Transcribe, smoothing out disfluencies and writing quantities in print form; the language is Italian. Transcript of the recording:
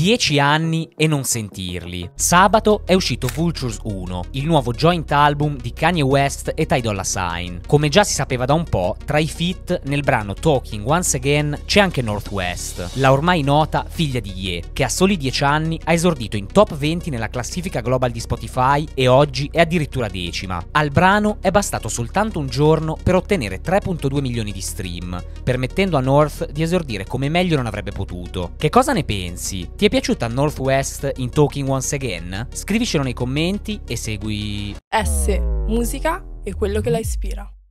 10 anni e non sentirli. Sabato è uscito Vultures 1, il nuovo joint album di Kanye West e Ty Dolla $ign. Come già si sapeva da un po', tra i feat nel brano Talking Once Again c'è anche North West, la ormai nota figlia di Ye, che a soli 10 anni ha esordito in top 20 nella classifica global di Spotify e oggi è addirittura 10ª. Al brano è bastato soltanto un giorno per ottenere 3,2 milioni di stream, permettendo a North di esordire come meglio non avrebbe potuto. Che cosa ne pensi? Ti è piaciuta North West in Talking Once Again? Scrivicelo nei commenti e segui S, musica e quello che la ispira.